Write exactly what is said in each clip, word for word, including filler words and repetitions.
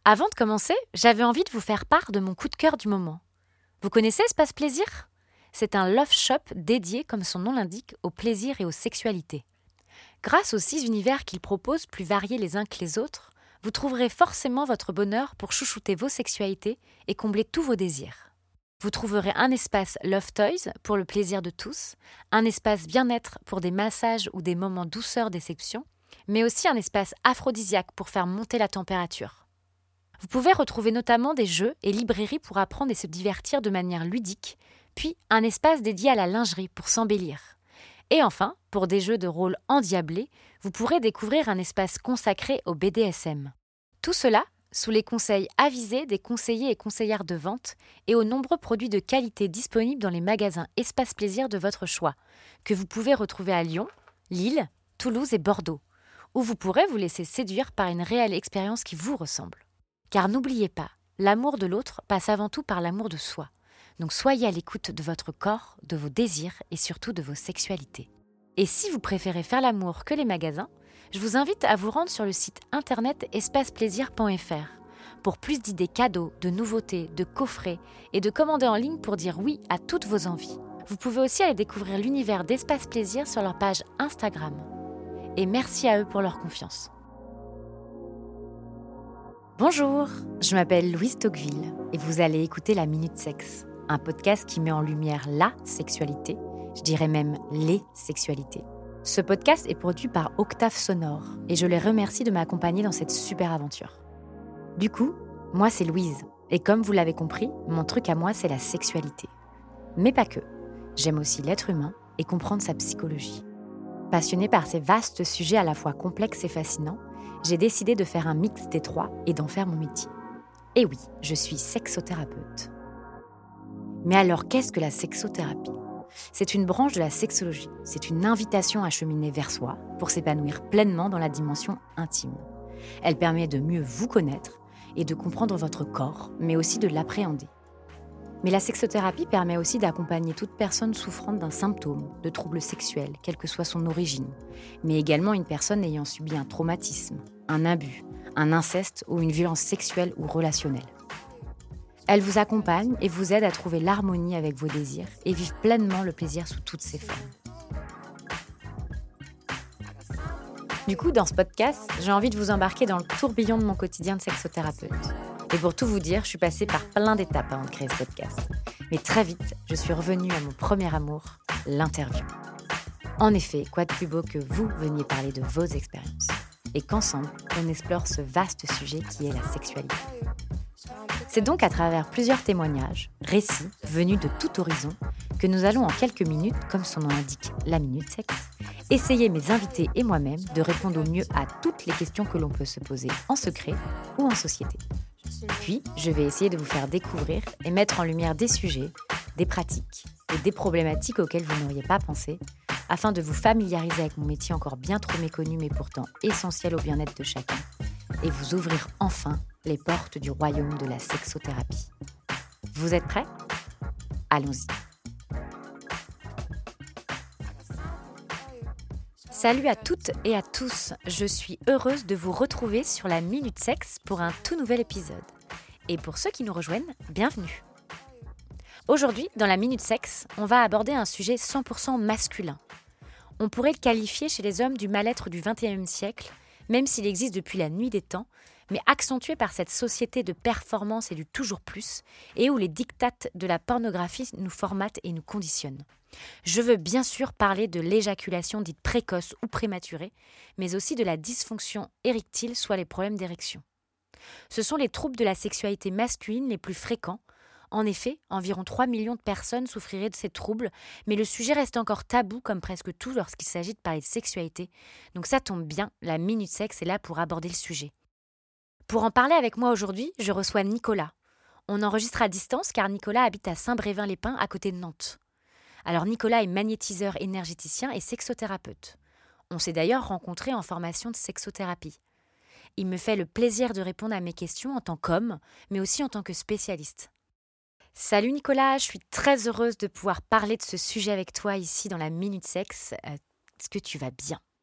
Avant de commencer, j'avais envie de vous faire part de mon coup de cœur du moment. Vous connaissez Espace Plaisir ? C'est un love shop dédié, comme son nom l'indique, au plaisir et aux sexualités. Grâce aux six univers qu'il propose, plus variés les uns que les autres, vous trouverez forcément votre bonheur pour chouchouter vos sexualités et combler tous vos désirs. Vous trouverez un espace Love Toys pour le plaisir de tous, un espace bien-être pour des massages ou des moments douceur déception, mais aussi un espace aphrodisiaque pour faire monter la température. Vous pouvez retrouver notamment des jeux et librairies pour apprendre et se divertir de manière ludique, puis un espace dédié à la lingerie pour s'embellir. Et enfin, pour des jeux de rôle endiablés, vous pourrez découvrir un espace consacré au B D S M. Tout cela sous les conseils avisés des conseillers et conseillères de vente et aux nombreux produits de qualité disponibles dans les magasins Espace Plaisir de votre choix, que vous pouvez retrouver à Lyon, Lille, Toulouse et Bordeaux, où vous pourrez vous laisser séduire par une réelle expérience qui vous ressemble. Car n'oubliez pas, l'amour de l'autre passe avant tout par l'amour de soi. Donc soyez à l'écoute de votre corps, de vos désirs et surtout de vos sexualités. Et si vous préférez faire l'amour que les magasins, je vous invite à vous rendre sur le site internet espace plaisir point f r pour plus d'idées cadeaux, de nouveautés, de coffrets et de commander en ligne pour dire oui à toutes vos envies. Vous pouvez aussi aller découvrir l'univers d'Espace Plaisir sur leur page Instagram. Et merci à eux pour leur confiance. Bonjour, je m'appelle Louise Tocqueville et vous allez écouter La Minute Sexe, un podcast qui met en lumière la sexualité, je dirais même les sexualités. Ce podcast est produit par Octave Sonore et je les remercie de m'accompagner dans cette super aventure. Du coup, moi c'est Louise et comme vous l'avez compris, mon truc à moi c'est la sexualité. Mais pas que, j'aime aussi l'être humain et comprendre sa psychologie. Passionnée par ces vastes sujets à la fois complexes et fascinants, j'ai décidé de faire un mix des trois et d'en faire mon métier. Et oui, je suis sexothérapeute. Mais alors, qu'est-ce que la sexothérapie ? C'est une branche de la sexologie. C'est une invitation à cheminer vers soi pour s'épanouir pleinement dans la dimension intime. Elle permet de mieux vous connaître et de comprendre votre corps, mais aussi de l'appréhender. Mais la sexothérapie permet aussi d'accompagner toute personne souffrant d'un symptôme, de troubles sexuels, quelle que soit son origine, mais également une personne ayant subi un traumatisme, un abus, un inceste ou une violence sexuelle ou relationnelle. Elle vous accompagne et vous aide à trouver l'harmonie avec vos désirs et vivre pleinement le plaisir sous toutes ses formes. Du coup, dans ce podcast, j'ai envie de vous embarquer dans le tourbillon de mon quotidien de sexothérapeute. Et pour tout vous dire, je suis passée par plein d'étapes avant de créer ce podcast. Mais très vite, je suis revenue à mon premier amour, l'interview. En effet, quoi de plus beau que vous veniez parler de vos expériences et qu'ensemble, on explore ce vaste sujet qui est la sexualité. C'est donc à travers plusieurs témoignages, récits, venus de tout horizon, que nous allons en quelques minutes, comme son nom l'indique, la Minute Sexe, essayer mes invités et moi-même de répondre au mieux à toutes les questions que l'on peut se poser en secret ou en société. Puis, je vais essayer de vous faire découvrir et mettre en lumière des sujets, des pratiques et des problématiques auxquelles vous n'auriez pas pensé, afin de vous familiariser avec mon métier encore bien trop méconnu mais pourtant essentiel au bien-être de chacun, et vous ouvrir enfin les portes du royaume de la sexothérapie. Vous êtes prêts ? Allons-y. Salut à toutes et à tous, je suis heureuse de vous retrouver sur la Minute Sexe pour un tout nouvel épisode. Et pour ceux qui nous rejoignent, bienvenue. Aujourd'hui, dans la Minute Sexe, on va aborder un sujet cent pour cent masculin. On pourrait le qualifier chez les hommes du mal-être du vingt et unième siècle, même s'il existe depuis la nuit des temps, mais accentué par cette société de performance et du toujours plus, et où les dictates de la pornographie nous formatent et nous conditionnent. Je veux bien sûr parler de l'éjaculation dite précoce ou prématurée, mais aussi de la dysfonction érectile, soit les problèmes d'érection. Ce sont les troubles de la sexualité masculine les plus fréquents. En effet, environ trois millions de personnes souffriraient de ces troubles, mais le sujet reste encore tabou comme presque tout lorsqu'il s'agit de parler de sexualité. Donc ça tombe bien, la Minute Sexe est là pour aborder le sujet. Pour en parler avec moi aujourd'hui, je reçois Nicolas. On enregistre à distance car Nicolas habite à Saint-Brévin-les-Pins à côté de Nantes. Alors Nicolas est magnétiseur énergéticien et sexothérapeute. On s'est d'ailleurs rencontrés en formation de sexothérapie. Il me fait le plaisir de répondre à mes questions en tant qu'homme, mais aussi en tant que spécialiste. Salut Nicolas, je suis très heureuse de pouvoir parler de ce sujet avec toi ici dans la Minute Sexe. Euh, est-ce que tu vas bien ?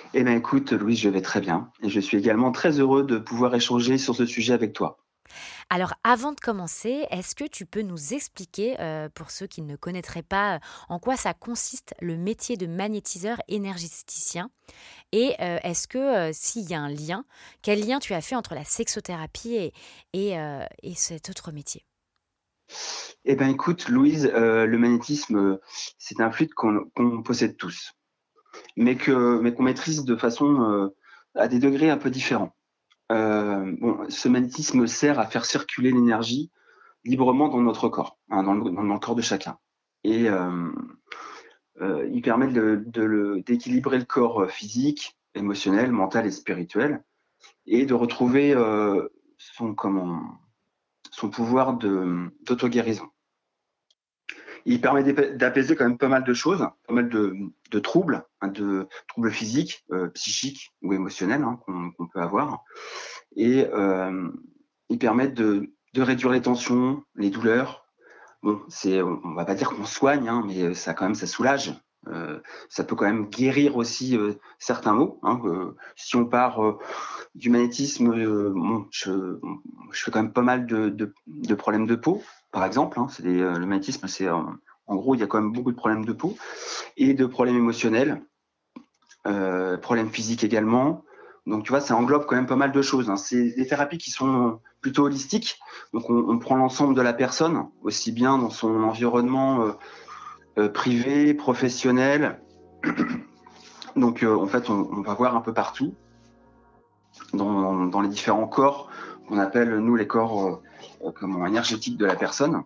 Eh bien, écoute, Louise, je vais très bien et je suis également très heureux de pouvoir échanger sur ce sujet avec toi. Alors, avant de commencer, est-ce que tu peux nous expliquer, heu, pour ceux qui ne connaîtraient pas, heu, en quoi ça consiste le métier de magnétiseur énergéticien? Et heu, est-ce que, heu, s'il y a un lien, quel lien tu as fait entre la sexothérapie et et heu et cet autre métier? Eh bien, écoute, Louise, heu, le magnétisme, heu, c'est un fluide qu'on qu'on possède tous, mais que mais qu'on maîtrise de façon, heu, à des degrés un peu différents. Heu, bon, ce magnétisme sert à faire circuler l'énergie librement dans notre corps, hein, dans le dans le corps de chacun et hem, heu, il permet de de le d'équilibrer le corps, heu, physique, émotionnel, mental et spirituel et de retrouver, heu, son comment son pouvoir de d'auto-guérison. Il permet d'épa d'apaiser quand même pas mal de choses, pas mal de de troubles, hein, de troubles physiques, heu, psychiques ou émotionnels, hein, qu'on qu'on peut avoir et hem, il permet de de réduire les tensions, les douleurs. Bon, c'est on on va pas dire qu'on soigne, hein, mais ça quand même ça soulage. Heu, ça peut quand même guérir aussi, heu, certains maux, hein, heu, si on part, heu, du magnétisme, heu, bon, je je fais quand même pas mal de de de problèmes de peau, par exemple, hein. C'est des, heu, le magnétisme, c'est en en gros, il y a quand même beaucoup de problèmes de peau et de problèmes émotionnels, heu, problèmes physiques également. Donc tu vois, ça englobe quand même pas mal de choses, hein. C'est des thérapies qui sont plutôt holistiques. Donc on on prend l'ensemble de la personne, aussi bien dans son environnement, heu heu, privé, professionnel. Donc heu, en fait, on on va voir un peu partout dans dans les différents corps qu'on appelle, nous, les corps, heu heu, comment énergétiques de la personne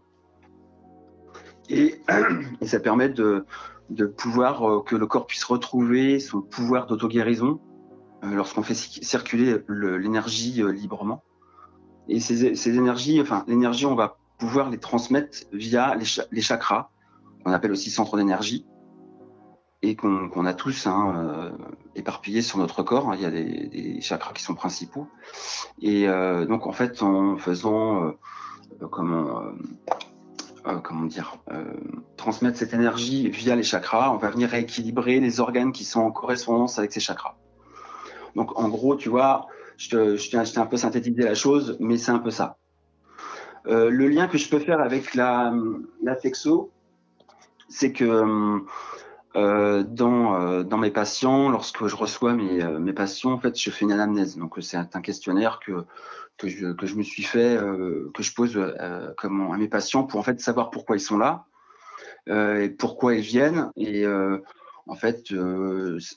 et et ça permet de de pouvoir, heu, que le corps puisse retrouver son pouvoir d'auto-guérison, heu, lorsqu'on fait ci circuler le l'énergie, heu, librement et ces ces énergies, enfin, l'énergie, on va pouvoir les transmettre via les cha les chakras, qu'on appelle aussi centres d'énergie et qu'on qu'on a tous, hein, heu, éparpillés sur notre corps, hein. Il y a des des chakras qui sont principaux et heu, donc en fait, en faisant, heu, comment, heu heu, comment dire? Heu, transmettre cette énergie via les chakras, on va venir rééquilibrer les organes qui sont en correspondance avec ces chakras. Donc en gros, tu vois, je te je t'ai je t'ai un peu synthétisé la chose, mais c'est un peu ça. Heu, le lien que je peux faire avec la, mmh, la sexo, c'est que, mmh, heu, dans, heu, dans mes patients, lorsque je reçois mes, heu, mes patients, en fait, je fais une anamnèse. Donc, c'est un questionnaire que que je que je me suis fait, heu, que je pose, heu, comment, à mes patients pour, en fait, savoir pourquoi ils sont là, heu, et pourquoi ils viennent et heu, en fait, heu, s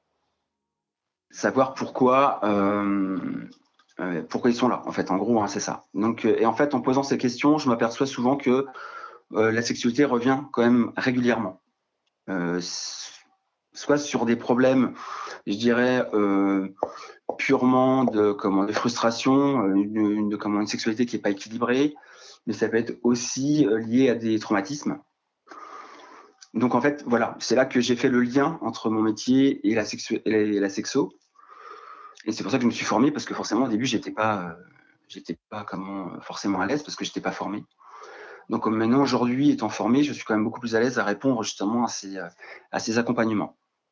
savoir pourquoi, hem, heu, pourquoi ils sont là, en fait, en gros, hein, c'est ça. Donc, heu et en fait, en posant ces questions, je m'aperçois souvent que, heu, la sexualité revient quand même régulièrement. Heu, s soit sur des problèmes, je dirais, heu, purement de comment, de frustration, heu, une une comment, une sexualité qui est pas équilibrée, mais ça peut être aussi, heu, lié à des traumatismes. Donc en fait, voilà, c'est là que j'ai fait le lien entre mon métier et la sexu et la sexo et c'est pour ça que je me suis formé parce que forcément au début j'étais pas, heu, j'étais pas comment, forcément à l'aise parce que j'étais pas formé. Donc comme maintenant aujourd'hui étant formé, je suis quand même beaucoup plus à l'aise à répondre justement à ces, heu, à ces accompagnements.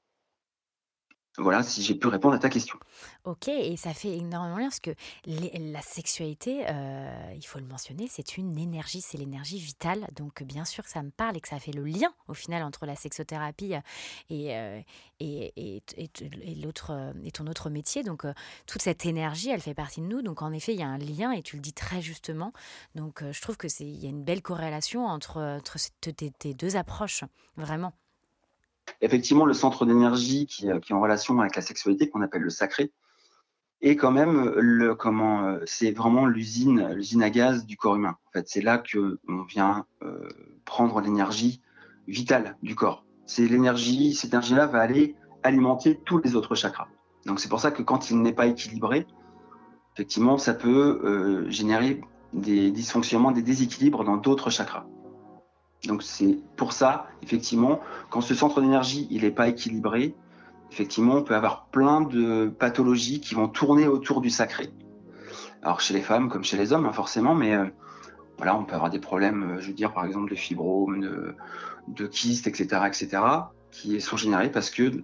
Voilà, si j'ai pu répondre à ta question. OK et ça fait énormément lien parce que les la sexualité, heu, il faut le mentionner, c'est une énergie, c'est l'énergie vitale donc bien sûr que ça me parle et que ça fait le lien au final entre la sexothérapie, heu et heu et et et t et l'autre, heu et ton autre métier donc heu, toute cette énergie, elle fait partie de nous donc en effet, il y a un lien et tu le dis très justement donc heu, je trouve que c'est il y a une belle corrélation entre, entre cette tes tes deux approches, vraiment. Effectivement, le centre d'énergie qui, heu, qui est en relation avec la sexualité, qu'on appelle le sacré, est quand même, heu, le comment, heu, c'est vraiment l'usine l'usine à gaz du corps humain. En fait, c'est là qu'on vient, heu, prendre l'énergie vitale du corps. C'est l'énergie cette énergie-là va aller alimenter tous les autres chakras. Donc c'est pour ça que quand il n'est pas équilibré, effectivement, ça peut, heu, générer des dysfonctionnements, des déséquilibres dans d'autres chakras. Donc c'est pour ça, effectivement, quand ce centre d'énergie, il est pas équilibré, effectivement, on peut avoir plein de pathologies qui vont tourner autour du sacré. Alors chez les femmes comme chez les hommes, hein, forcément, mais heu, voilà, on peut avoir des problèmes, heu, je veux dire, par exemple, de fibromes, de de kystes et cetera et cetera, qui sont générés parce que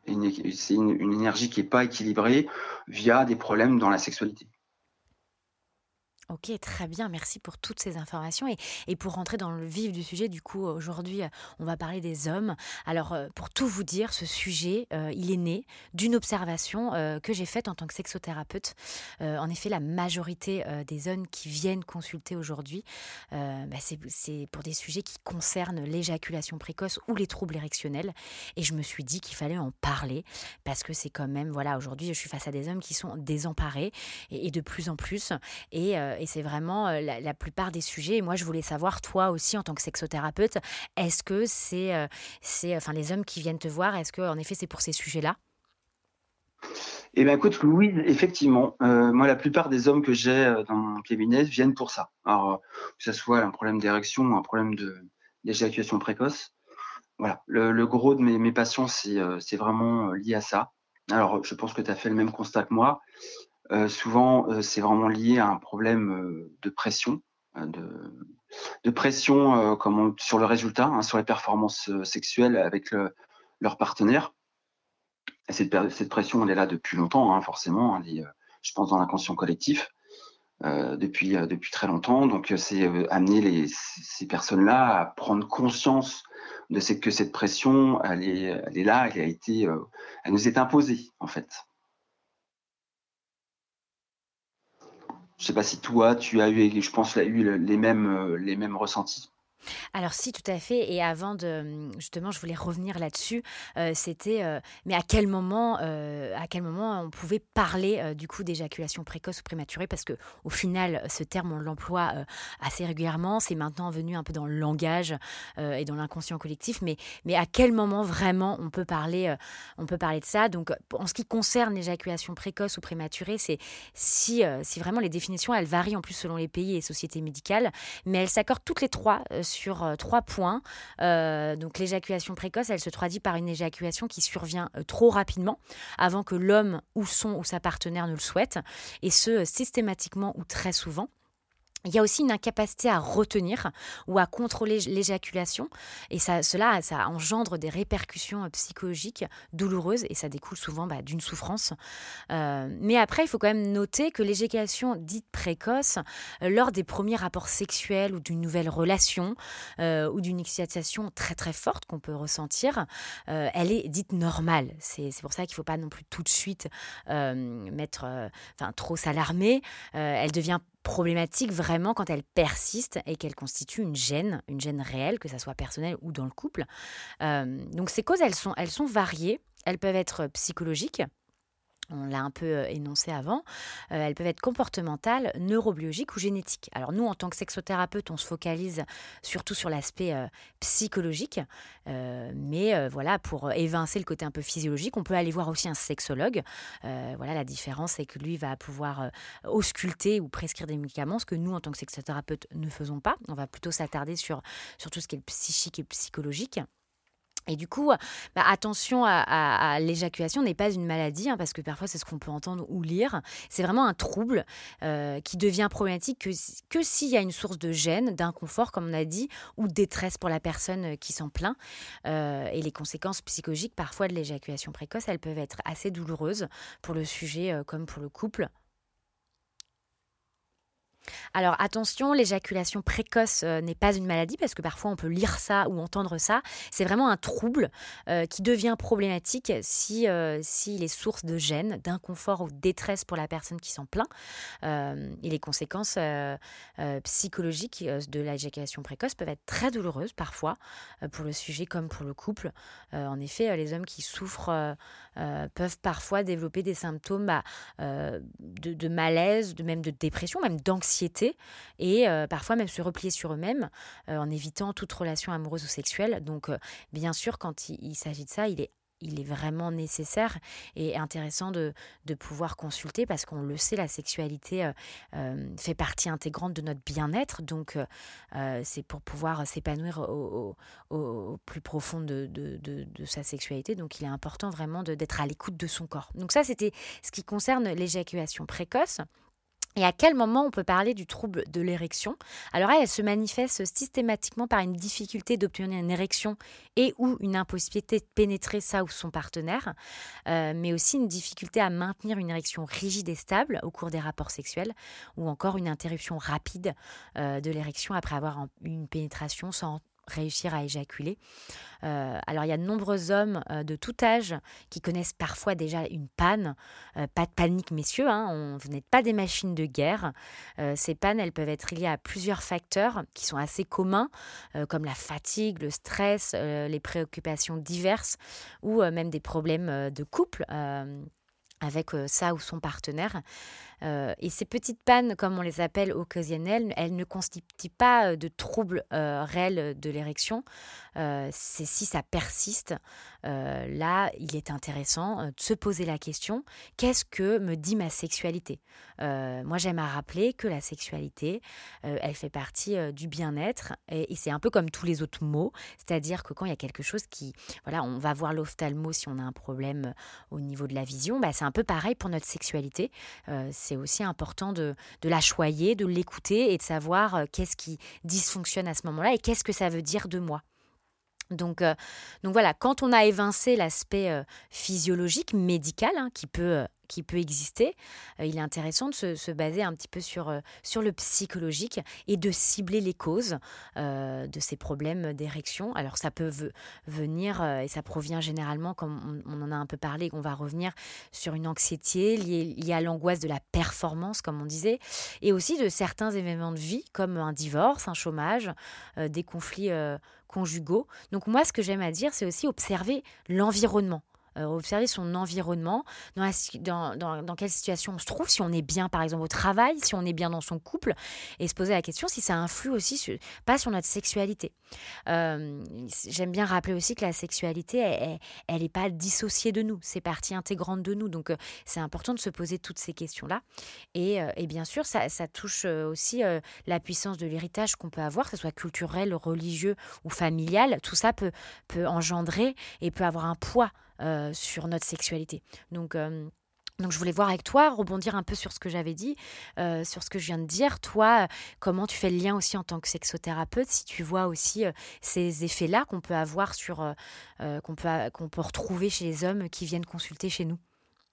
Une c'est une une énergie qui est pas équilibrée via des problèmes dans la sexualité. OK, très bien, merci pour toutes ces informations et et pour rentrer dans le vif du sujet, du coup, aujourd'hui, heu, on va parler des hommes. Alors, heu, pour tout vous dire, ce sujet, heu, il est né d'une observation, heu, que j'ai faite en tant que sexothérapeute. Heu, en effet, la majorité, heu, des hommes qui viennent consulter aujourd'hui, heu, bah, c'est c'est pour des sujets qui concernent l'éjaculation précoce ou les troubles érectionnels et je me suis dit qu'il fallait en parler parce que c'est quand même voilà, aujourd'hui, je suis face à des hommes qui sont désemparés et et de plus en plus et, euh, et c'est vraiment euh, la, la plupart des sujets. Et moi, je voulais savoir, toi aussi, en tant que sexothérapeute, est-ce que c'est, euh, c'est, enfin, les hommes qui viennent te voir, est-ce que, en effet, c'est pour ces sujets-là? Eh ben, écoute, Louise, effectivement, heu, moi, la plupart des hommes que j'ai, heu, dans mon cabinet viennent pour ça. Alors, heu, que ça soit un problème d'érection ou un problème de d'éjaculation précoce. Voilà, le le gros de mes mes patients, c'est, heu, c'est vraiment, heu, lié à ça. Alors, je pense que tu as fait le même constat que moi. Heu, souvent, heu, c'est vraiment lié à un problème, heu, de pression, heu, de de pression, heu, comment sur le résultat, hein, sur les performances, heu, sexuelles avec le leur partenaire. Et cette per cette pression, elle est là depuis longtemps, hein, forcément, elle est, heu, je pense dans l'inconscient collectif, heu, depuis, heu, depuis très longtemps. Donc, heu, c'est, heu, amener les ces ces personnes-là à prendre conscience de cette que cette pression, elle est elle est là, elle a été, heu, elle nous est imposée, en fait. Je sais pas si toi, tu as eu, je pense, là, eu le les mêmes, heu, les mêmes ressentis? Alors si, tout à fait et avant de, mmh, justement, je voulais revenir là-dessus, heu, c'était, heu, mais à quel moment, heu, à quel moment on pouvait parler, heu, du coup, d'éjaculation précoce ou prématurée? Parce que au final, ce terme, on l'emploie, heu, assez régulièrement. C'est maintenant venu un peu dans le langage, heu et dans l'inconscient collectif, mais mais à quel moment vraiment on peut parler, heu, on peut parler de ça? Donc, heu, en ce qui concerne l'éjaculation précoce ou prématurée, c'est si, heu, si vraiment les définitions, elles varient en plus selon les pays et sociétés médicales, mais elles s'accordent toutes les trois euh, sur euh, trois points. Euh, donc l'éjaculation précoce, elle se traduit par une éjaculation qui survient euh, trop rapidement, avant que l'homme ou son ou sa partenaire ne le souhaite, et ce euh, systématiquement ou très souvent. Il y a aussi une incapacité à retenir ou à contrôler l'éjaculation et ça, cela ça engendre des répercussions euh, psychologiques douloureuses et ça découle souvent bah, d'une souffrance. Euh, mais après, il faut quand même noter que l'éjaculation dite précoce, euh, lors des premiers rapports sexuels ou d'une nouvelle relation euh, ou d'une excitation très très forte qu'on peut ressentir, euh, elle est dite normale. C'est c'est pour ça qu'il ne faut pas non plus tout de suite euh, mettre, euh, enfin, trop s'alarmer. Euh, elle devient problématique vraiment quand elle persiste et qu'elle constitue une gêne, une gêne réelle, que ça soit personnelle ou dans le couple. Euh, donc ces causes, elles sont, elles sont variées. Elles peuvent être psychologiques, on l'a un peu euh, énoncé avant, euh, elles peuvent être comportementales, neurobiologiques ou génétiques. Alors nous, en tant que sexothérapeute, on se focalise surtout sur l'aspect euh, psychologique, euh, mais euh, voilà, pour évincer le côté un peu physiologique, on peut aller voir aussi un sexologue. Euh, voilà, la différence, c'est que lui va pouvoir euh, ausculter ou prescrire des médicaments, ce que nous, en tant que sexothérapeute, ne faisons pas. On va plutôt s'attarder sur, sur tout ce qui est psychique et psychologique. Et du coup, bah, attention à, à- à l'éjaculation n'est pas une maladie, hein, parce que parfois c'est ce qu'on peut entendre ou lire. C'est vraiment un trouble euh, qui devient problématique que, si- que s'il y a une source de gêne, d'inconfort, comme on a dit, ou de détresse pour la personne euh, qui s'en plaint. Euh, et les conséquences psychologiques parfois de l'éjaculation précoce, elles peuvent être assez douloureuses pour le sujet euh, comme pour le couple. Alors attention, l'éjaculation précoce euh, n'est pas une maladie parce que parfois on peut lire ça ou entendre ça. C'est vraiment un trouble euh, qui devient problématique si, euh, s'il est source de gêne, d'inconfort ou de détresse pour la personne qui s'en plaint. Euh, et les conséquences euh, euh, psychologiques euh, de l'éjaculation précoce peuvent être très douloureuses parfois euh, pour le sujet comme pour le couple. Euh, en effet, euh, les hommes qui souffrent euh, euh, peuvent parfois développer des symptômes bah, euh, de, de malaise, de même de dépression, même d'anxiété, et euh, parfois même se replier sur eux-mêmes euh, en évitant toute relation amoureuse ou sexuelle. Donc, euh, bien sûr, quand il, il s'agit de ça, il est il est vraiment nécessaire et intéressant de, de pouvoir consulter parce qu'on le sait, la sexualité euh, euh, fait partie intégrante de notre bien-être. Donc, euh, euh, c'est pour pouvoir s'épanouir au, au, au plus profond de, de, de, de sa sexualité. Donc, il est important vraiment de, d'être à l'écoute de son corps. Donc, ça, c'était ce qui concerne l'éjaculation précoce. Et à quel moment on peut parler du trouble de l'érection? Alors elle, elle se manifeste systématiquement par une difficulté d'obtenir une érection et ou une impossibilité de pénétrer sa ou son partenaire, euh, mais aussi une difficulté à maintenir une érection rigide et stable au cours des rapports sexuels, ou encore une interruption rapide euh, de l'érection après avoir en- eu une pénétration sans réussir à éjaculer. Euh, alors, il y a de nombreux hommes euh, de tout âge qui connaissent parfois déjà une panne. Euh, pas de panique, messieurs, hein, on- vous n'êtes pas des machines de guerre. Euh, ces pannes, elles peuvent être liées à plusieurs facteurs qui sont assez communs, euh, comme la fatigue, le stress, euh, les préoccupations diverses ou euh, même des problèmes euh, de couple. Euh, avec euh, sa ou son partenaire. Euh, et ces petites pannes, comme on les appelle occasionnelles, elles ne constituent pas euh, de troubles euh, réels de l'érection. Euh, c'est si ça persiste. Euh, là, il est intéressant euh, de se poser la question, qu'est-ce que me dit ma sexualité? Euh, Moi, j'aime à rappeler que la sexualité, euh, elle fait partie euh, du bien-être et, et c'est un peu comme tous les autres mots, c'est-à-dire que quand il y a quelque chose qui, voilà, on va voir l'ophtalmo si on a un problème au niveau de la vision, bah, c'est un peu pareil pour notre sexualité. Euh, c'est aussi important de, de la choyer, de l'écouter et de savoir euh, qu'est-ce qui dysfonctionne à ce moment-là et qu'est-ce que ça veut dire de moi. Donc, euh, donc voilà, quand on a évincé l'aspect euh, physiologique, médical, hein, qui peut, euh, qui peut exister, euh, il est intéressant de se, se baser un petit peu sur, euh, sur le psychologique et de cibler les causes euh, de ces problèmes d'érection. Alors ça peut ve- venir, euh, et ça provient généralement, comme on, on en a un peu parlé, qu'on va revenir sur une anxiété liée, liée à l'angoisse de la performance, comme on disait, et aussi de certains événements de vie, comme un divorce, un chômage, euh, des conflits euh, conjugaux. Donc moi, ce que j'aime à dire, c'est aussi observer l'environnement. Euh, observer son environnement, dans, la si- dans, dans, dans quelle situation on se trouve, si on est bien par exemple au travail, si on est bien dans son couple, et se poser la question si ça influe aussi sur- pas sur notre sexualité. Euh, J'aime bien rappeler aussi que la sexualité, elle, elle n'est pas dissociée de nous, c'est partie intégrante de nous. Donc euh, c'est important de se poser toutes ces questions-là. Et, euh, et bien sûr, ça, ça touche euh, aussi euh, la puissance de l'héritage qu'on peut avoir, que ce soit culturel, religieux ou familial. Tout ça peut, peut engendrer et peut avoir un poids euh, sur notre sexualité. Donc, euh, donc je voulais voir avec toi, rebondir un peu sur ce que j'avais dit, euh, sur ce que je viens de dire. Toi, euh, comment tu fais le lien aussi en tant que sexothérapeute, si tu vois aussi euh, ces effets-là qu'on peut avoir sur, euh, euh, qu'on peut, qu'on peut retrouver chez les hommes qui viennent consulter chez nous.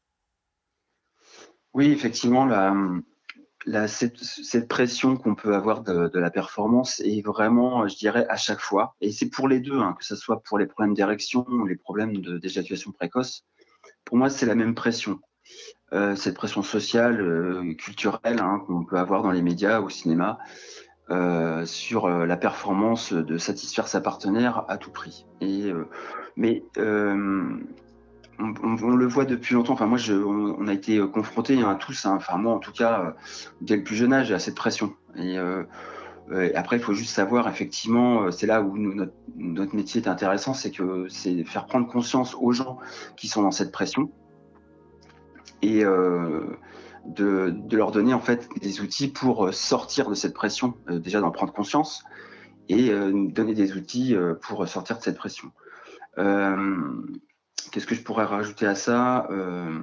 Oui, effectivement, la, la- cette, cette pression qu'on peut avoir de, de la performance est vraiment, je dirais, à chaque fois. Et c'est pour les deux, hein, que ce soit pour les problèmes d'érection ou les problèmes de- d'éjaculation précoce. Pour moi, c'est la même pression. Euh, cette pression sociale, euh, culturelle, hein, qu'on peut avoir dans les médias, au cinéma, euh, sur euh, la performance de satisfaire sa partenaire à tout prix. Et, euh, mais euh, on, on- on le voit depuis longtemps. Enfin, moi, je, on, on a été confrontés hein, tous, hein, enfin moi en tout cas, euh, dès le plus jeune âge, à cette pression. Et, euh, euh, après, il faut juste savoir, effectivement, euh, c'est là où nous- notre, notre métier est intéressant, c'est que c'est faire prendre conscience aux gens qui sont dans cette pression et euh, de, de leur donner en fait des outils pour euh, sortir de cette pression, euh, déjà d'en prendre conscience et euh, donner des outils euh, pour sortir de cette pression. Euh, Qu'est-ce que je pourrais rajouter à ça? Euh,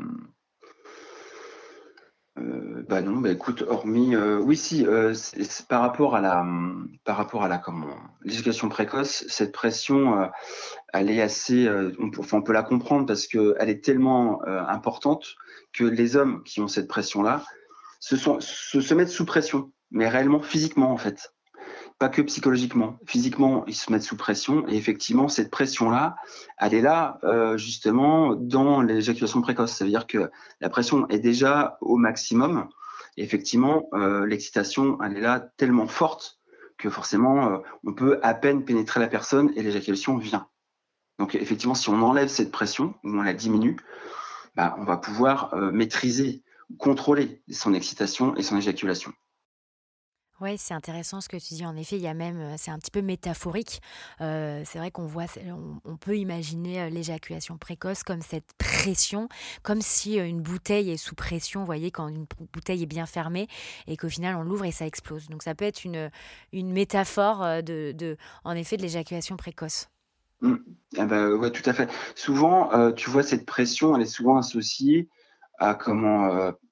euh, bah non, bah écoute, hormis, euh, oui si, euh, c'est- c'est par rapport à la, par rapport à la comment, l'éducation précoce, cette pression, euh, elle est assez, euh, on, peut- enfin, on peut la comprendre parce que elle est tellement euh, importante que les hommes qui ont cette pression-là se, sont, se, se mettent sous pression, mais réellement physiquement en fait. Pas que psychologiquement. Physiquement, ils se mettent sous pression. Et effectivement, cette pression-là, elle est là euh, justement dans l'éjaculation précoce. Ça veut dire que la pression est déjà au maximum. Et effectivement, euh, l'excitation, elle est là tellement forte que forcément, euh, on peut à peine pénétrer la personne et l'éjaculation vient. Donc effectivement, si on enlève cette pression, ou on la diminue, bah, on va pouvoir euh, maîtriser, contrôler son excitation et son éjaculation. Ouais, c'est intéressant ce que tu dis. En effet, il y a même, euh, c'est un petit peu métaphorique. Euh, c'est vrai qu'on voit, c'est- on, on peut imaginer euh, l'éjaculation précoce comme cette pression, comme si euh, une bouteille est sous pression. Vous voyez, quand une p- bouteille est bien fermée et qu'au final on l'ouvre et ça explose. Donc ça peut être une, une métaphore euh, de, de, en effet, de l'éjaculation précoce. Mm. Ah bah, ouais, tout à fait. Souvent, euh, tu vois, cette pression, elle est souvent associée à comment. Euh,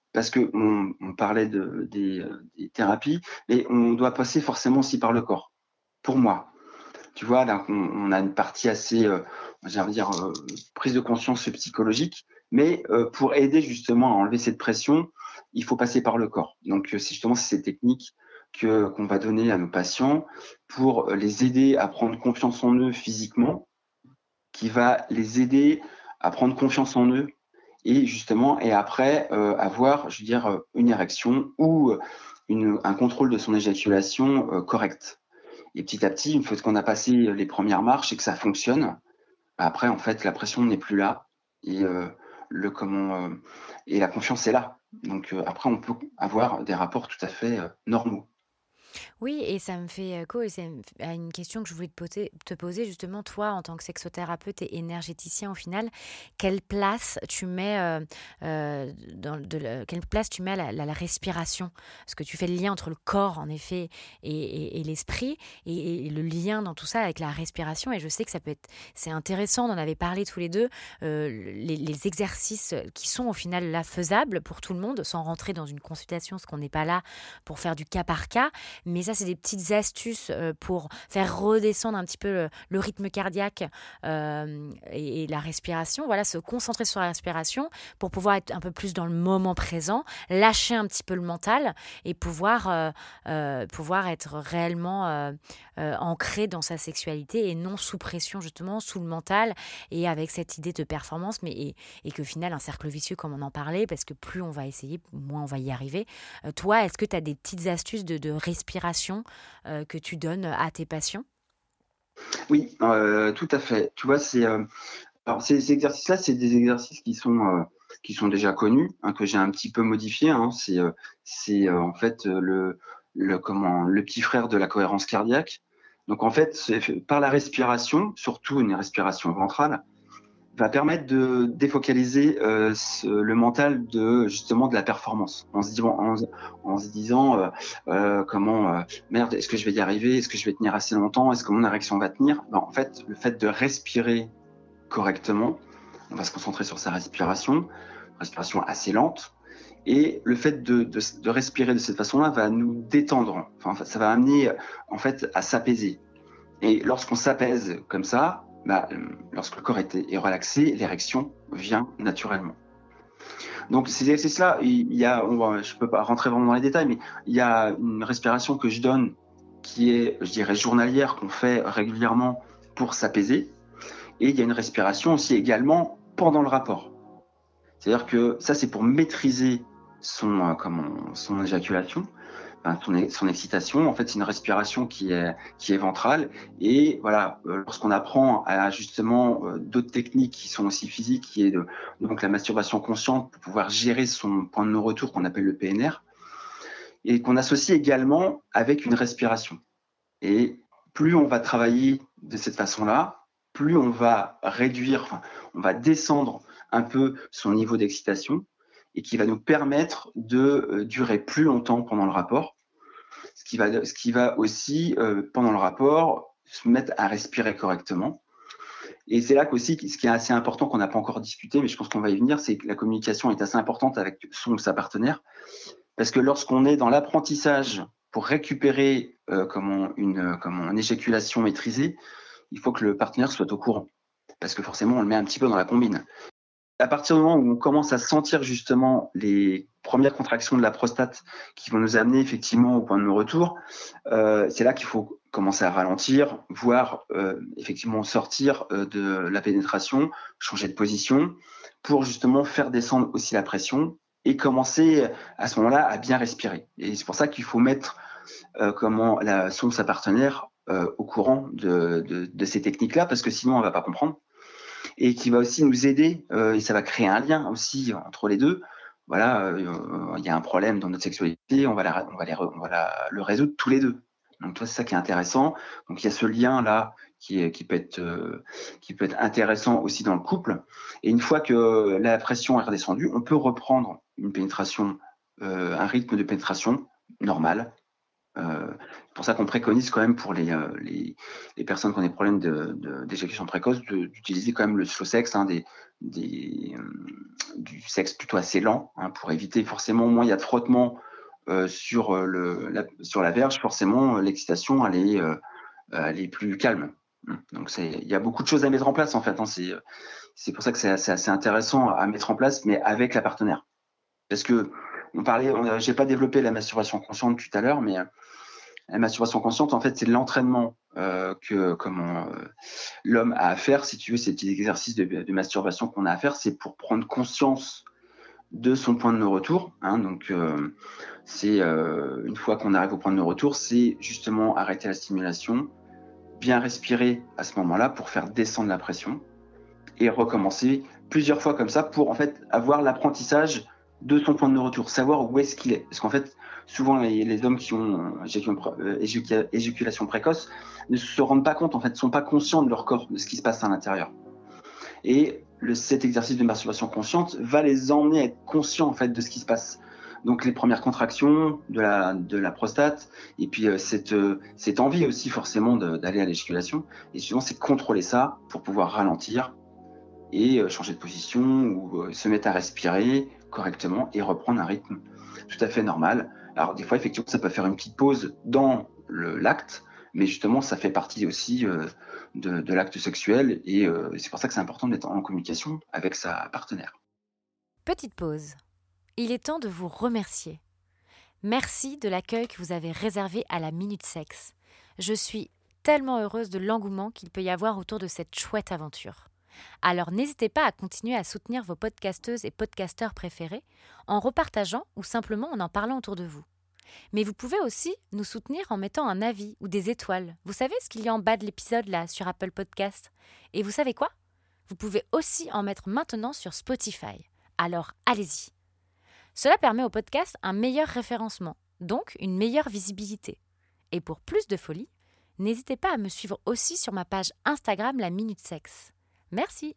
parce qu'on on parlait de, des, euh, des thérapies, mais on doit passer forcément aussi par le corps, pour moi. Tu vois, là, on, on a une partie assez, euh, j'allais dire, euh, prise de conscience psychologique, mais euh, pour aider justement à enlever cette pression, il faut passer par le corps. Donc, euh, c'est justement ces techniques que, qu'on va donner à nos patients pour les aider à prendre confiance en eux physiquement, qui va les aider à prendre confiance en eux et justement, et après, euh, avoir, je veux dire, une érection ou une, un contrôle de son éjaculation euh, correct. Et petit à petit, une fois qu'on a passé les premières marches et que ça fonctionne, bah après, en fait, la pression n'est plus là et, euh, le, comment, euh, et la confiance est là. Donc euh, après, on peut avoir des rapports tout à fait euh, normaux. Oui, et ça me fait écho et c'est à une question que je voulais te poser, te poser justement, toi, en tant que sexothérapeute et énergéticien, au final, quelle place tu mets, euh, euh, dans de la- quelle place tu mets à la, la- la respiration? Parce que tu fais le lien entre le corps, en effet, et, et- et l'esprit, et, et le lien dans tout ça avec la respiration. Et je sais que ça peut être, c'est intéressant, on en avait parlé tous les deux, euh, les, les exercices qui sont au final là faisables pour tout le monde, sans rentrer dans une consultation, parce qu'on n'est pas là pour faire du cas par cas. Mais ça, c'est des petites astuces euh, pour faire redescendre un petit peu le, le rythme cardiaque euh, et, et la respiration. Voilà, se concentrer sur la respiration pour pouvoir être un peu plus dans le moment présent, lâcher un petit peu le mental et pouvoir, euh, euh, pouvoir être réellement euh, euh, ancré dans sa sexualité et non sous pression, justement, sous le mental et avec cette idée de performance, mais et, et que, au final, un cercle vicieux, comme on en parlait, parce que plus on va essayer, moins on va y arriver. Euh, toi, est-ce que tu as des petites astuces de, de respiration euh, que tu donnes à tes patients? Oui, euh, tout à fait. Tu vois, c'est euh, alors ces, ces exercices-là, c'est des exercices qui sont euh, qui sont déjà connus, hein, que j'ai un petit peu modifié. Hein. C'est euh, c'est euh, en fait euh, le le comment le petit frère de la cohérence cardiaque. Donc en fait, c'est par la respiration, surtout une respiration ventrale, va permettre de défocaliser euh, ce- le mental de justement de la performance en se disant, en, en se disant euh, euh, comment euh, merde, est-ce que je vais y arriver, est-ce que je vais tenir assez longtemps, est-ce que mon érection va tenir. Ben, en fait, le fait de respirer correctement, on va se concentrer sur sa respiration, respiration assez lente, et le fait de, de, de respirer de cette façon-là va nous détendre, enfin ça va amener en fait à s'apaiser. Et lorsqu'on s'apaise comme ça, bah, lorsque le corps est, est relaxé, l'érection vient naturellement. Donc ces exercices-là, il y a, on va, je ne peux pas rentrer vraiment dans les détails, mais il y a une respiration que je donne qui est, je dirais, journalière, qu'on fait régulièrement pour s'apaiser. Et il y a une respiration aussi également pendant le rapport. C'est-à-dire que ça, c'est pour maîtriser son, euh, comment, son éjaculation. Enfin, son, son excitation, en fait, c'est une respiration qui est, qui est ventrale. Et voilà, euh, lorsqu'on apprend à justement euh, d'autres techniques qui sont aussi physiques, qui est de, donc la masturbation consciente pour pouvoir gérer son point de non-retour qu'on appelle le P N R, et qu'on associe également avec une respiration. Et plus on va travailler de cette façon-là, plus on va réduire, enfin, on va descendre un peu son niveau d'excitation et qui va nous permettre de euh, durer plus longtemps pendant le rapport ce qui va, ce qui va aussi, euh, pendant le rapport, se mettre à respirer correctement. Et c'est là qu'aussi, ce qui est assez important, qu'on n'a pas encore discuté, mais je pense qu'on va y venir, c'est que la communication est assez importante avec son ou sa partenaire. Parce que lorsqu'on est dans l'apprentissage pour récupérer euh, comment une, comment une éjaculation maîtrisée, il faut que le partenaire soit au courant. Parce que forcément, on le met un petit peu dans la combine. À partir du moment où on commence à sentir justement les premières contractions de la prostate qui vont nous amener effectivement au point de non-retour, euh, c'est là qu'il faut commencer à ralentir, voire euh, effectivement sortir euh, de la pénétration, changer de position pour justement faire descendre aussi la pression et commencer à ce moment-là à bien respirer. Et c'est pour ça qu'il faut mettre euh, comment la, son sa partenaire euh, au courant de, de, de ces techniques-là parce que sinon on ne va pas comprendre et qui va aussi nous aider, euh, et ça va créer un lien aussi entre les deux. Voilà, euh, il y a un problème dans notre sexualité, on va, la, on va, les, on va la, le résoudre tous les deux. Donc toi, c'est ça qui est intéressant. Donc il y a ce lien-là qui, est, qui, peut être, euh, qui peut être intéressant aussi dans le couple. Et une fois que la pression est redescendue, on peut reprendre une pénétration, euh, un rythme de pénétration normal, Euh, c'est pour ça qu'on préconise quand même pour les, euh, les, les personnes qui ont des problèmes de, de, d'éjaculation précoce de, d'utiliser quand même le slow sex, hein, des, des, euh, du sexe plutôt assez lent, hein, pour éviter forcément, moins il y a de frottement euh, sur, le, la, sur la verge, forcément l'excitation elle est, euh, elle est plus calme. Donc il y a beaucoup de choses à mettre en place en fait, hein, c'est, c'est pour ça que c'est assez, assez intéressant à mettre en place, mais avec la partenaire. Parce que on parlait, on, j'ai pas développé la masturbation consciente tout à l'heure, mais la masturbation consciente, en fait, c'est l'entraînement euh, que comment euh, l'homme a à faire, si tu veux, ces petits exercices de, de masturbation qu'on a à faire, c'est pour prendre conscience de son point de non-retour. Hein, donc, euh, c'est euh, une fois qu'on arrive au point de non-retour, c'est justement arrêter la stimulation, bien respirer à ce moment-là pour faire descendre la pression et recommencer plusieurs fois comme ça pour en fait avoir l'apprentissage de son point de retour, savoir où est-ce qu'il est. Parce qu'en fait, souvent les, les hommes qui ont euh, éjaculation précoce ne se rendent pas compte, en fait, ne sont pas conscients de leur corps, de ce qui se passe à l'intérieur. Et le, cet exercice de masturbation consciente va les emmener à être conscients en fait de ce qui se passe. Donc les premières contractions de la, de la prostate, et puis euh, cette, euh, cette envie aussi forcément de, d'aller à l'éjaculation. Et souvent, c'est contrôler ça pour pouvoir ralentir et euh, changer de position ou euh, se mettre à respirer correctement et reprendre un rythme tout à fait normal. Alors des fois, effectivement, ça peut faire une petite pause dans le, l'acte, mais justement, ça fait partie aussi euh, de, de l'acte sexuel et euh, c'est pour ça que c'est important d'être en communication avec sa partenaire. Petite pause. Il est temps de vous remercier. Merci de l'accueil que vous avez réservé à la Minute Sexe. Je suis tellement heureuse de l'engouement qu'il peut y avoir autour de cette chouette aventure. Alors n'hésitez pas à continuer à soutenir vos podcasteuses et podcasteurs préférés en repartageant ou simplement en en parlant autour de vous. Mais vous pouvez aussi nous soutenir en mettant un avis ou des étoiles. Vous savez ce qu'il y a en bas de l'épisode là sur Apple Podcast. Et vous savez quoi ? Vous pouvez aussi en mettre maintenant sur Spotify. Alors allez-y. Cela permet au podcast un meilleur référencement, donc une meilleure visibilité. Et pour plus de folie, n'hésitez pas à me suivre aussi sur ma page Instagram La Minute Sexe. Merci.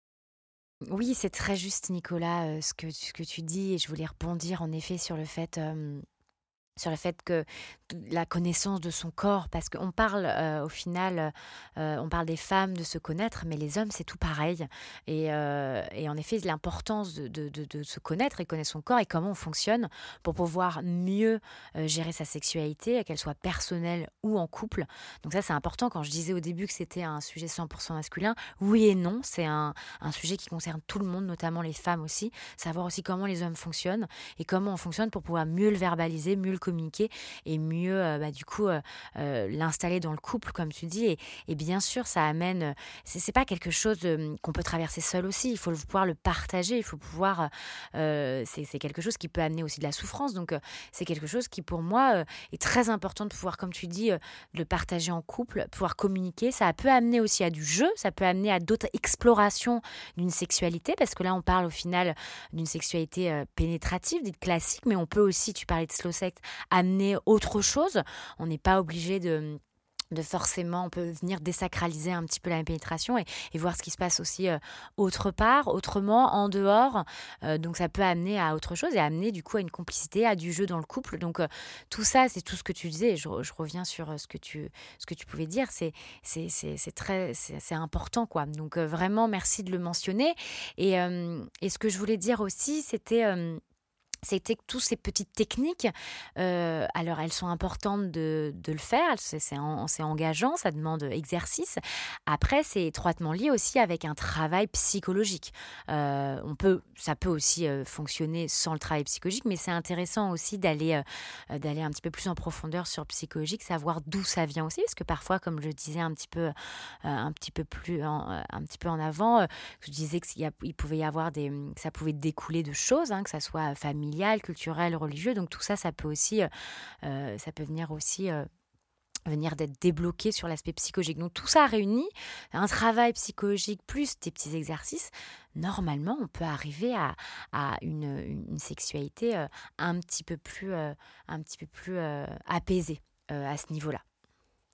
Oui, c'est très juste, Nicolas, euh, ce, que, ce que tu dis. Et je voulais rebondir en effet sur le fait... Euh, sur le fait que la connaissance de son corps, parce qu'on parle euh, au final, euh, on parle des femmes de se connaître, mais les hommes c'est tout pareil. Et, euh, et en effet, l'importance de, de, de, de se connaître et connaître son corps et comment on fonctionne pour pouvoir mieux euh, gérer sa sexualité, qu'elle soit personnelle ou en couple. Donc ça c'est important. Quand je disais au début que c'était un sujet cent pour cent masculin, oui et non, c'est un, un sujet qui concerne tout le monde, notamment les femmes aussi. Savoir aussi comment les hommes fonctionnent et comment on fonctionne pour pouvoir mieux le verbaliser, mieux le communiquer et mieux euh, bah, du coup euh, euh, l'installer dans le couple comme tu dis et, et bien sûr ça amène euh, c'est, c'est pas quelque chose de, qu'on peut traverser seul aussi, il faut le, pouvoir le partager, il faut pouvoir euh, c'est, c'est quelque chose qui peut amener aussi de la souffrance, donc euh, c'est quelque chose qui pour moi euh, est très important de pouvoir, comme tu dis, euh, le partager en couple, pouvoir communiquer. Ça peut amener aussi à du jeu, ça peut amener à d'autres explorations d'une sexualité, parce que là on parle au final d'une sexualité euh, pénétrative, dite classique, mais on peut aussi, tu parlais de slow sex, amener autre chose. On n'est pas obligé de... de forcément, on peut venir désacraliser un petit peu la pénétration et, et voir ce qui se passe aussi euh, autre part, autrement, en dehors. Euh, donc ça peut amener à autre chose et amener du coup à une complicité, à du jeu dans le couple. Donc euh, tout ça, c'est tout ce que tu disais. Je, je reviens sur ce que tu, ce que tu pouvais dire. C'est, c'est, c'est, c'est très, c'est, c'est important, quoi. Donc euh, vraiment, merci de le mentionner. Et, euh, et ce que je voulais dire aussi, c'était... Euh, c'était que toutes ces petites techniques, euh, alors elles sont importantes de, de le faire, c'est, c'est, en, c'est engageant, ça demande exercice. Après, c'est étroitement lié aussi avec un travail psychologique. Euh, on peut, ça peut aussi euh, fonctionner sans le travail psychologique, mais c'est intéressant aussi d'aller, euh, d'aller un petit peu plus en profondeur sur le psychologique, savoir d'où ça vient aussi, parce que parfois, comme je disais un petit peu, euh, un petit peu plus, en, un petit peu en avant, euh, je disais qu'il y a, il pouvait y avoir des, ça pouvait découler de choses, hein, que ça soit familial, culturel, religieux, donc tout ça, ça peut aussi, euh, ça peut venir aussi euh, venir d'être débloqué sur l'aspect psychologique. Donc tout ça réuni, un travail psychologique plus des petits exercices, normalement, on peut arriver à, à une, une sexualité euh, un petit peu plus, euh, un petit peu plus euh, apaisée euh, à ce niveau-là.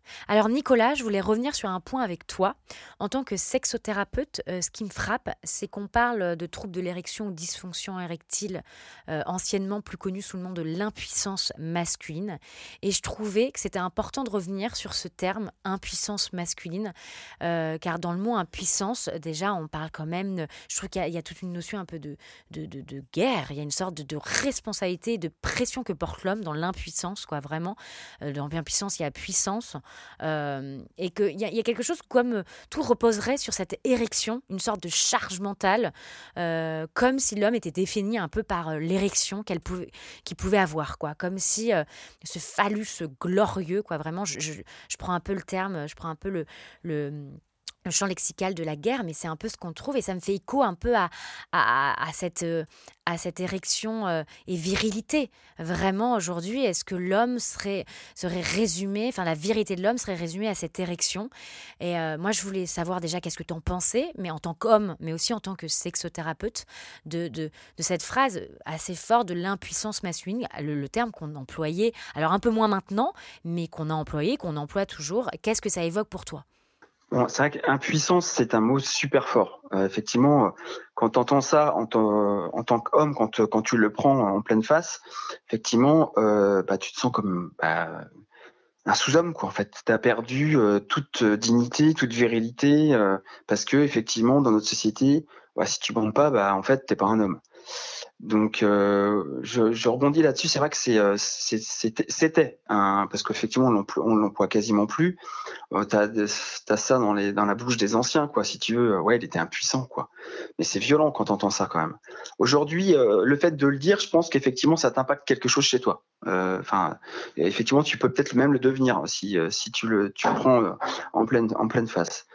Alors Nicolas, je voulais revenir sur un point avec toi. En tant que sexothérapeute, euh, ce qui me frappe, c'est qu'on parle de troubles de l'érection ou dysfonction érectile, euh, anciennement plus connu sous le nom de l'impuissance masculine. Et je trouvais que c'était important de revenir sur ce terme impuissance masculine, euh, car dans le mot impuissance, déjà, on parle quand même, de- je trouve qu'il y a, il y a toute une notion un peu de, de, de- de guerre, il y a une sorte de, de responsabilité, de pression que porte l'homme dans l'impuissance, quoi, vraiment. Euh, dans l'impuissance, il y a puissance. Euh, et qu'il y, a- il y a quelque chose comme euh, tout reposerait sur cette érection, une sorte de charge mentale, euh, comme si l'homme était défini un peu par euh, l'érection qu'elle pouvait, qu'il pouvait avoir, quoi. Comme si euh, ce phallus glorieux, quoi, vraiment, je, je- je prends un peu le terme, je prends un peu le, le, le champ lexical de la guerre, mais c'est un peu ce qu'on trouve et ça me fait écho un peu à, à, à cette, euh, à cette érection euh, et virilité. Vraiment, aujourd'hui, est-ce que l'homme serait, serait résumé, enfin la virilité de l'homme serait résumée à cette érection? Et euh, moi, je voulais savoir déjà qu'est-ce que tu en pensais, mais en tant qu'homme, mais aussi en tant que sexothérapeute, de, de, de cette phrase assez forte de l'impuissance masculine, le, le terme qu'on employait, alors un peu moins maintenant, mais qu'on a employé, qu'on emploie toujours. Qu'est-ce que ça évoque pour toi? Bon, c'est vrai qu'impuissance, c'est un mot super fort. Euh, effectivement, euh, quand tu entends ça en, tant- en tant qu'homme, quand, euh, quand tu le prends en pleine face, effectivement, euh, bah, tu te sens comme bah, un sous-homme, quoi. En fait, tu as perdu euh, toute euh, dignité, toute virilité, euh, parce que effectivement, dans notre société, bah, si tu bandes pas, bah, en fait, t'es pas un homme. Donc, euh, je, je rebondis là-dessus. C'est vrai que c'est, euh, c'est- c'était, c'était un, parce qu'effectivement, on l'emploie, on l'emploie quasiment plus. Euh, t'as, t'as ça dans les, dans la bouche des anciens, quoi. Si tu veux, ouais, il était impuissant, quoi. Mais c'est violent quand t'entends ça, quand même. Aujourd'hui, euh, le fait de le dire, je pense qu'effectivement, ça t'impacte quelque chose chez toi. Euh, Enfin, effectivement, tu peux peut-être même le devenir si, euh, si tu le, tu le prends euh, en pleine, en pleine face.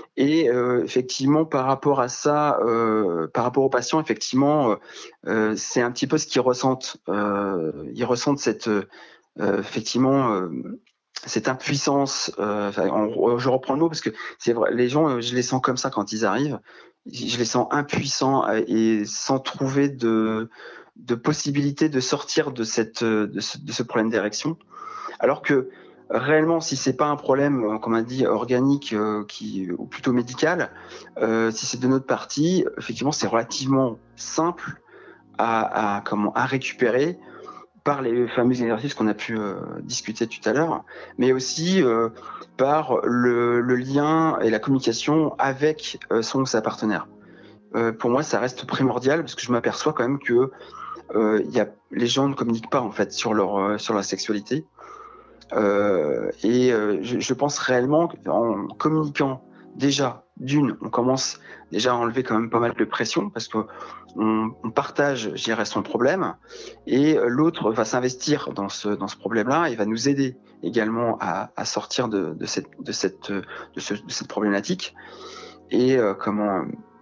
Et euh, effectivement, par rapport à ça, euh, par rapport aux patients, effectivement, euh, euh, c'est un petit peu ce qu'ils ressentent. Euh, ils ressentent cette, euh, effectivement, euh, cette impuissance. Euh, enfin, on- je reprends le mot parce que c'est vrai, les gens, euh, je les sens comme ça quand ils arrivent. Je les sens impuissants euh, et sans trouver de, de possibilité de sortir de cette, de ce, de ce problème d'érection. Alors que réellement, si c'est pas un problème, euh, comme on a dit, organique, euh, qui, ou plutôt médical, euh, si c'est de notre partie, effectivement, c'est relativement simple à, à, comment, à récupérer par les fameux exercices qu'on a pu euh, discuter tout à l'heure, mais aussi euh, par le, le lien et la communication avec euh, son ou sa partenaire. Euh, pour moi, ça reste primordial parce que je m'aperçois quand même que euh, y a, les gens ne communiquent pas en fait sur leur euh, sur la sexualité. Euh, et euh, je, je pense réellement qu'en communiquant déjà, d'une, on commence déjà à enlever quand même pas mal de pression parce que on, on partage, je dirais, son problème et euh, l'autre va s'investir dans ce, dans ce problème-là et va nous aider également à, à sortir de, de, cette, de, cette, de, ce, de cette problématique. Et euh, comment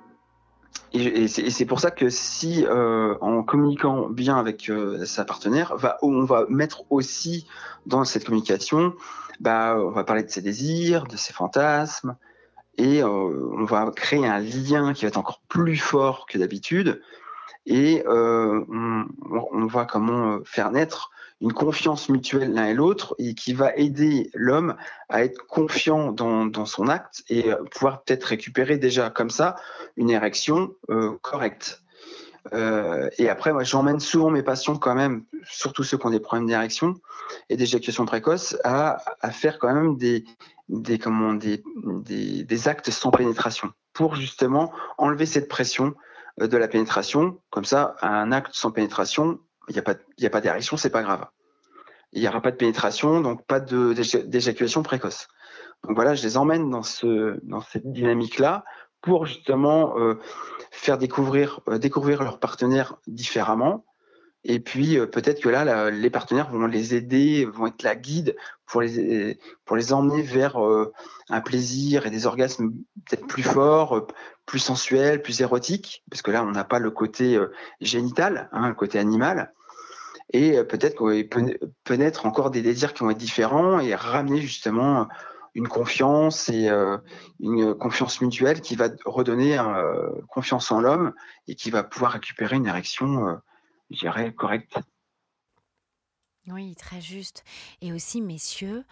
et, et c'est et c'est pour ça que si, euh, en communiquant bien avec euh, sa partenaire, va, on va mettre aussi dans cette communication, bah, on va parler de ses désirs, de ses fantasmes, et euh, on va créer un lien qui va être encore plus fort que d'habitude, et euh, on, on va comment euh, faire naître une confiance mutuelle l'un et l'autre et qui va aider l'homme à être confiant dans, dans son acte et euh, pouvoir peut-être récupérer déjà comme ça une érection euh, correcte. Euh, et après, moi, j'emmène souvent mes patients quand même, surtout ceux qui ont des problèmes d'érection et d'éjaculation précoce, à, à faire quand même des, des, comment, des, des, des actes sans pénétration pour justement enlever cette pression euh, de la pénétration. Comme ça, un acte sans pénétration, il n'y a pas, il y a pas d'érection, c'est pas grave. Il n'y aura pas de pénétration, donc pas de, d'éjaculation précoce. Donc voilà, je les emmène dans, ce, dans cette dynamique-là pour justement euh, faire découvrir, euh, découvrir leurs partenaires différemment. Et puis euh, peut-être que là, la, les partenaires vont les aider, vont être la guide pour les, pour les emmener vers euh, un plaisir et des orgasmes peut-être plus forts, euh, plus sensuels, plus érotiques, parce que là, on n'a pas le côté euh, génital, hein, le côté animal. Et euh, peut-être qu'il peut, peut naître encore des désirs qui vont être différents et ramener justement une confiance et euh, une confiance mutuelle qui va redonner euh, confiance en l'homme et qui va pouvoir récupérer une érection, euh, je dirais, correcte. Oui, très juste. Et aussi, messieurs,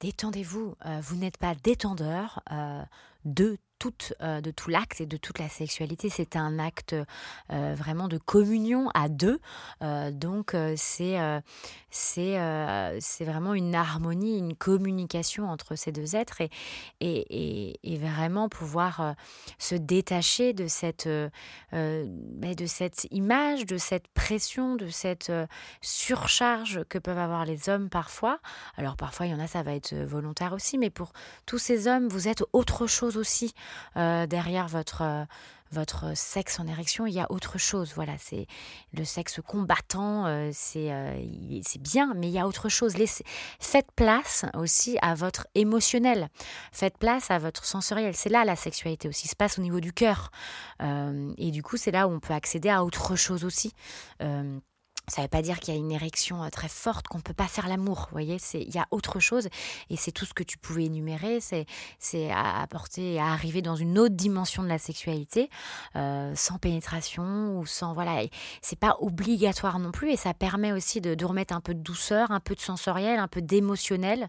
détendez-vous. Euh, vous n'êtes pas détendeur euh, de toute, euh, de tout l'acte et de toute la sexualité. C'est un acte euh, vraiment de communion à deux. Euh, donc, euh, c'est, euh, c'est, euh, c'est vraiment une harmonie, une communication entre ces deux êtres et, et, et, et vraiment pouvoir euh, se détacher de cette, euh, euh, de cette image, de cette pression, de cette euh, surcharge que peuvent avoir les hommes parfois. Alors, parfois, il y en a, ça va être volontaire aussi, mais pour tous ces hommes, vous êtes autre chose aussi. Euh, derrière votre, euh, votre sexe en érection, il y a autre chose. Voilà, c'est le sexe combattant, euh, c'est, euh, il- c'est bien, mais il y a autre chose. Laissez, faites place aussi à votre émotionnel. Faites place à votre sensoriel. C'est là la sexualité aussi. Se passe au niveau du cœur. Euh, et du coup, c'est là où on peut accéder à autre chose aussi. Euh, Ça ne veut pas dire qu'il y a une érection euh, très forte, qu'on ne peut pas faire l'amour. Vous voyez, c'est, il y a autre chose. Et c'est tout ce que tu pouvais énumérer. C'est, c'est à apporter, à arriver dans une autre dimension de la sexualité, euh, sans pénétration ou sans. Voilà. Et c'est pas obligatoire non plus. Et ça permet aussi de, de remettre un peu de douceur, un peu de sensoriel, un peu d'émotionnel.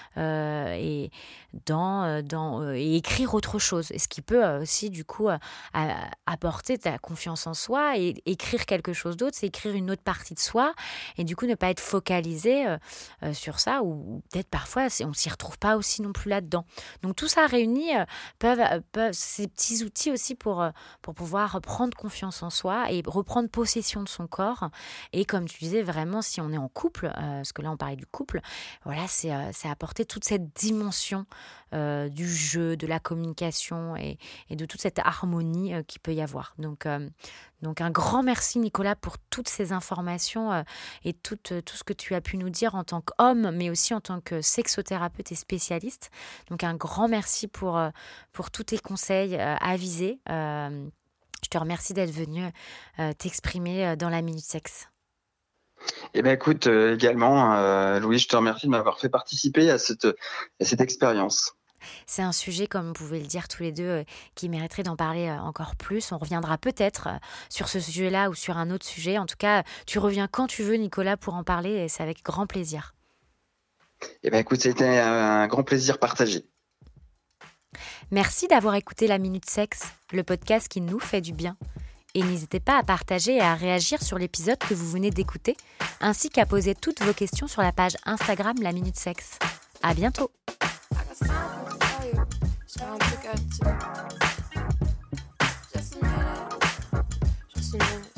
Euh, et, dans, euh, dans, euh, et écrire autre chose. Et ce qui peut euh, aussi, du coup, euh, à- apporter ta confiance en soi et écrire quelque chose d'autre, c'est écrire une autre partie de soi et du coup ne pas être focalisé euh, euh, sur ça ou, ou peut-être parfois c'est- on ne s'y retrouve pas aussi non plus là-dedans. Donc tout ça réuni euh, peuvent, euh, peuvent ces petits outils aussi pour, euh, pour pouvoir prendre confiance en soi et reprendre possession de son corps. Et comme tu disais, vraiment si on est en couple, euh, parce que là on parlait du couple, voilà, c'est, euh, c'est apporter toute cette dimension euh, du jeu, de la communication et, et de toute cette harmonie euh, qu'il peut y avoir. Donc, euh, donc un grand merci Nicolas pour toutes ces informations euh, et tout, euh, tout ce que tu as pu nous dire en tant qu'homme, mais aussi en tant que sexothérapeute et spécialiste. Donc un grand merci pour, euh, pour tous tes conseils euh, avisés. Euh, je te remercie d'être venu euh, t'exprimer euh, dans la Minute Sexe. Eh ben écoute, euh, également, euh, Louis, je te remercie de m'avoir fait participer à cette, à cette expérience. C'est un sujet, comme vous pouvez le dire tous les deux, euh, qui mériterait d'en parler euh, encore plus. On reviendra peut-être euh, sur ce sujet-là ou sur un autre sujet. En tout cas, tu reviens quand tu veux, Nicolas, pour en parler et c'est avec grand plaisir. Eh ben écoute, c'était un grand plaisir partagé. Merci d'avoir écouté La Minute Sexe, le podcast qui nous fait du bien. Et n'hésitez pas à partager et à réagir sur l'épisode que vous venez d'écouter, ainsi qu'à poser toutes vos questions sur la page Instagram La Minute Sexe. À bientôt. So I don't forget to. Just a minute. Just a minute.